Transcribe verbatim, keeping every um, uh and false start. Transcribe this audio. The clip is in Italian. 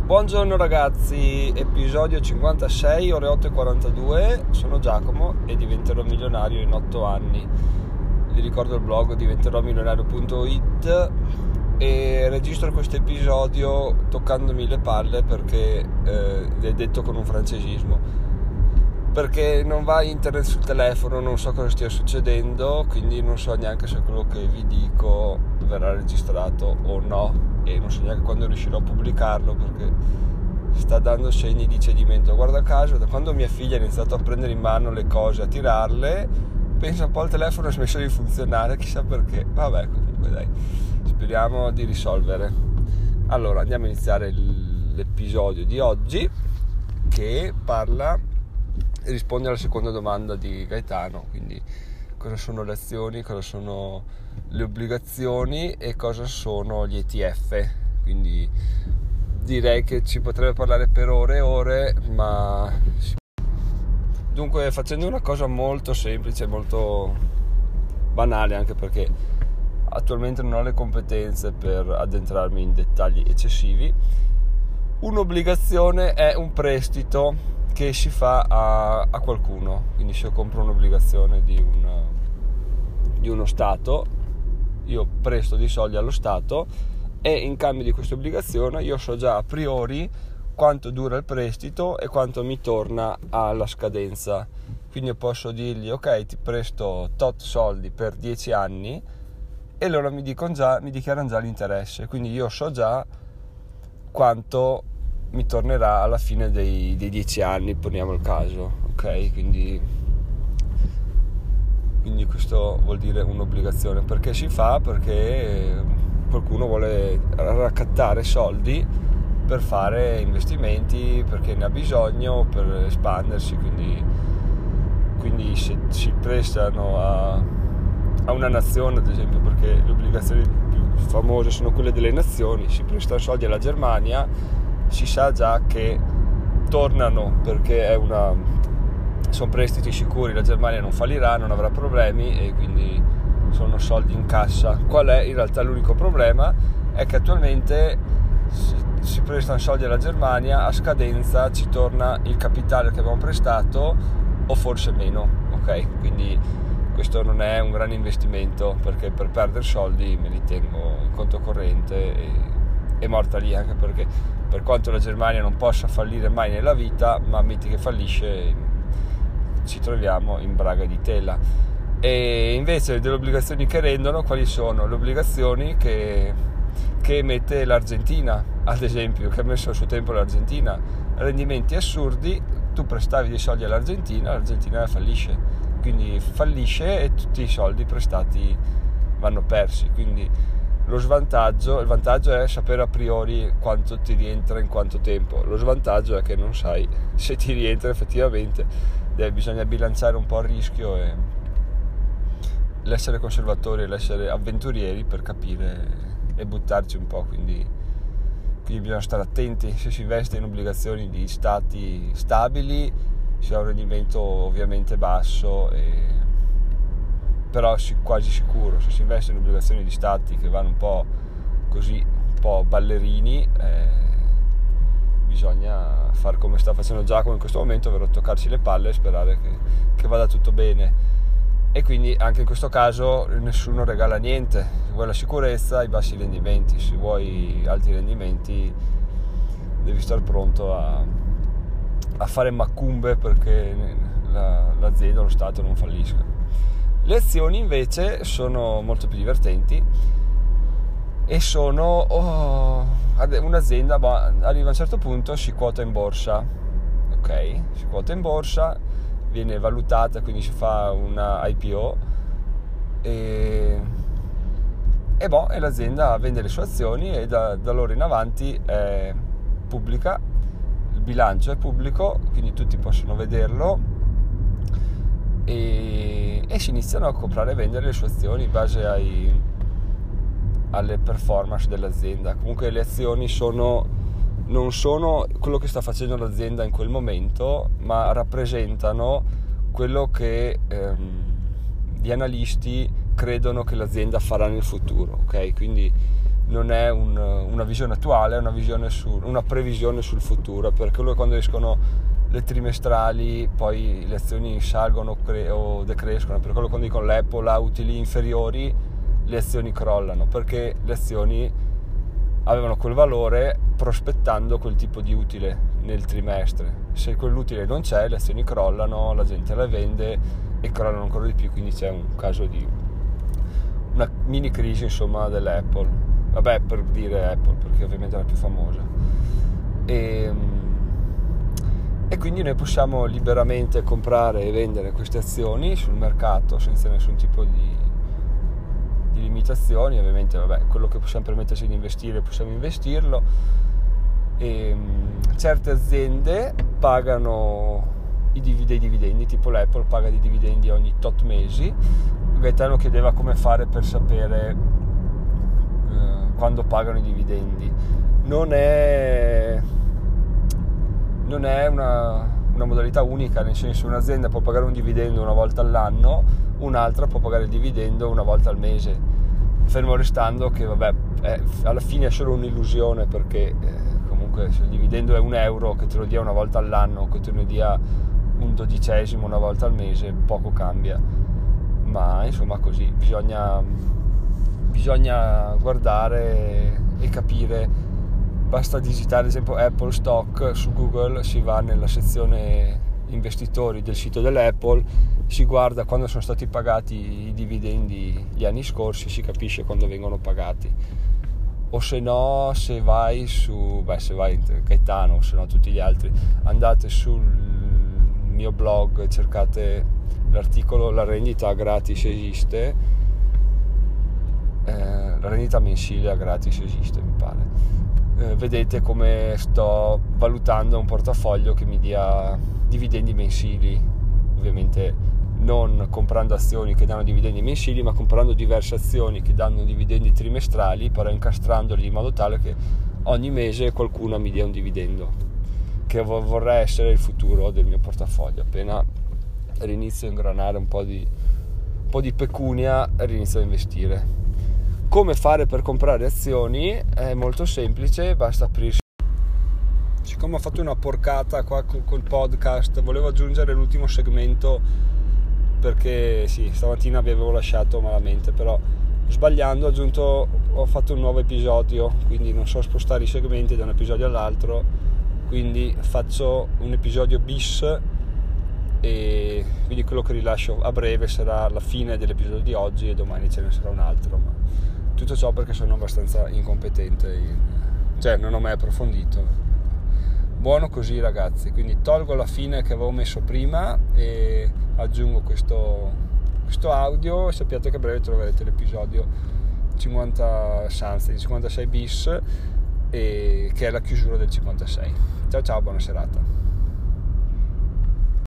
Buongiorno ragazzi, episodio cinquantasei, ore otto e quarantadue, sono Giacomo e diventerò milionario in otto anni. Vi ricordo il blog diventerò milionario punto it e registro questo episodio toccandomi le palle perché eh, è detto con un francesismo, perché non va internet sul telefono, non so cosa stia succedendo, quindi non so neanche se quello che vi dico verrà registrato o no, e non so neanche quando riuscirò a pubblicarlo perché sta dando segni di cedimento. Guarda caso, da quando mia figlia ha iniziato a prendere in mano le cose, a tirarle, pensa un po' al telefono ha smesso di funzionare, chissà perché. Vabbè, comunque dai, speriamo di risolvere. Allora andiamo a iniziare l'episodio di oggi, che parla risponde alla seconda domanda di Gaetano, quindi cosa sono le azioni, cosa sono le obbligazioni e cosa sono gli E T F. Quindi direi che ci potrebbe parlare per ore e ore, ma dunque facendo una cosa molto semplice, molto banale, anche perché attualmente non ho le competenze per addentrarmi in dettagli eccessivi. Un'obbligazione è un prestito che si fa a, a qualcuno, quindi se io compro un'obbligazione di, un, di uno Stato, io presto dei soldi allo Stato e in cambio di questa obbligazione io so già a priori quanto dura il prestito e quanto mi torna alla scadenza. Quindi io posso dirgli ok, ti presto tot soldi per dieci anni e loro mi dicono già, mi dichiarano già l'interesse, quindi io so già quanto mi tornerà alla fine dei, dei dieci anni, poniamo il caso, ok? Quindi, quindi questo vuol dire un'obbligazione. Perché si fa? Perché qualcuno vuole raccattare soldi per fare investimenti, perché ne ha bisogno per espandersi, quindi, quindi se si prestano a, a una nazione, ad esempio, perché le obbligazioni più famose sono quelle delle nazioni, si prestano soldi alla Germania, si sa già che tornano perché è una, sono prestiti sicuri, la Germania non fallirà, non avrà problemi e quindi sono soldi in cassa. Qual è in realtà l'unico problema? È che attualmente si, si prestano soldi alla Germania, a scadenza ci torna il capitale che abbiamo prestato o forse meno, ok? Quindi questo non è un gran investimento, perché per perdere soldi me li tengo in conto corrente e è morta lì, anche perché per quanto la Germania non possa fallire mai nella vita, ma metti che fallisce ci troviamo in braga di tela. E invece delle obbligazioni che rendono, quali sono? Le obbligazioni che, che emette l'Argentina, ad esempio, che ha messo a suo tempo l'Argentina, rendimenti assurdi, tu prestavi dei soldi all'Argentina, l'Argentina fallisce, quindi fallisce e tutti i soldi prestati vanno persi. Quindi lo svantaggio, il vantaggio è sapere a priori quanto ti rientra in quanto tempo, lo svantaggio è che non sai se ti rientra effettivamente, Deve, bisogna bilanciare un po' il rischio e l'essere conservatori e l'essere avventurieri per capire e buttarci un po', quindi, quindi bisogna stare attenti. Se si investe in obbligazioni di stati stabili si ha un rendimento ovviamente basso, e però quasi sicuro. Se si investe in obbligazioni di stati che vanno un po' così, un po' ballerini, eh, bisogna fare come sta facendo Giacomo in questo momento, ovvero toccarci le palle e sperare che, che vada tutto bene. E quindi anche in questo caso nessuno regala niente, se vuoi la sicurezza, i bassi rendimenti, se vuoi alti rendimenti devi stare pronto a, a fare macumbe perché la, l'azienda o lo Stato non fallisca. Le azioni invece sono molto più divertenti e sono oh, un'azienda boh, arriva a un certo punto, si quota in borsa, ok? Si quota in borsa, viene valutata, quindi si fa una I P O e, e, boh, e l'azienda vende le sue azioni e da, da allora in avanti è pubblica, il bilancio è pubblico, quindi tutti possono vederlo. E, e si iniziano a comprare e vendere le sue azioni in base ai, alle performance dell'azienda. Comunque le azioni sono, non sono quello che sta facendo l'azienda in quel momento, ma rappresentano quello che ehm, gli analisti credono che l'azienda farà nel futuro, ok? Quindi non è un, una visione attuale, è una, visione su, una previsione sul futuro, perché loro quando escono le trimestrali poi le azioni salgono cre- o decrescono, per quello quando dicono l'Apple ha utili inferiori le azioni crollano, perché le azioni avevano quel valore prospettando quel tipo di utile nel trimestre. Se quell'utile non c'è, le azioni crollano, la gente le vende e crollano ancora di più, quindi c'è un caso di una mini crisi insomma dell'Apple, vabbè, per dire Apple perché ovviamente è la più famosa, e, e quindi noi possiamo liberamente comprare e vendere queste azioni sul mercato senza nessun tipo di di limitazioni. Ovviamente vabbè, quello che possiamo permetterci di investire possiamo investirlo, e um, certe aziende pagano i div- dei dividendi, tipo l'Apple paga dei dividendi ogni tot mesi. Gaetano chiedeva come fare per sapere uh, quando pagano i dividendi. Non è non è una, una modalità unica, nel senso un'azienda può pagare un dividendo una volta all'anno, un'altra può pagare il dividendo una volta al mese, fermo restando che vabbè è, alla fine è solo un'illusione, perché eh, comunque se il dividendo è un euro, che te lo dia una volta all'anno, che te ne dia un dodicesimo una volta al mese, poco cambia. Ma insomma così bisogna bisogna guardare e capire. Basta digitare ad esempio Apple Stock su Google, si va nella sezione investitori del sito dell'Apple, si guarda quando sono stati pagati i dividendi gli anni scorsi, si capisce quando vengono pagati. O se no, se vai su beh se vai Gaetano, o se no tutti gli altri, andate sul mio blog, cercate l'articolo La rendita gratis esiste, eh, la rendita mensile a gratis esiste mi pare. Eh, vedete come sto valutando un portafoglio che mi dia dividendi mensili, ovviamente non comprando azioni che danno dividendi mensili, ma comprando diverse azioni che danno dividendi trimestrali, però incastrandoli in modo tale che ogni mese qualcuna mi dia un dividendo, che vorrei essere il futuro del mio portafoglio. Appena rinizio a ingranare un po' di, un po' di pecunia, rinizio a investire. Come fare per comprare azioni? È molto semplice, basta aprirsi. Siccome ho fatto una porcata qua col podcast, volevo aggiungere l'ultimo segmento, perché sì, stamattina vi avevo lasciato malamente, però sbagliando ho aggiunto, ho fatto un nuovo episodio, quindi non so spostare i segmenti da un episodio all'altro, quindi faccio un episodio bis, e quindi quello che rilascio a breve sarà la fine dell'episodio di oggi e domani ce ne sarà un altro. Ma tutto ciò perché sono abbastanza incompetente, in, cioè non ho mai approfondito. Buono così ragazzi, quindi tolgo la fine che avevo messo prima e aggiungo questo, questo audio, e sappiate che a breve troverete l'episodio cinquanta, anzi cinquantasei bis, e che è la chiusura del cinquantasei. Ciao ciao, buona serata.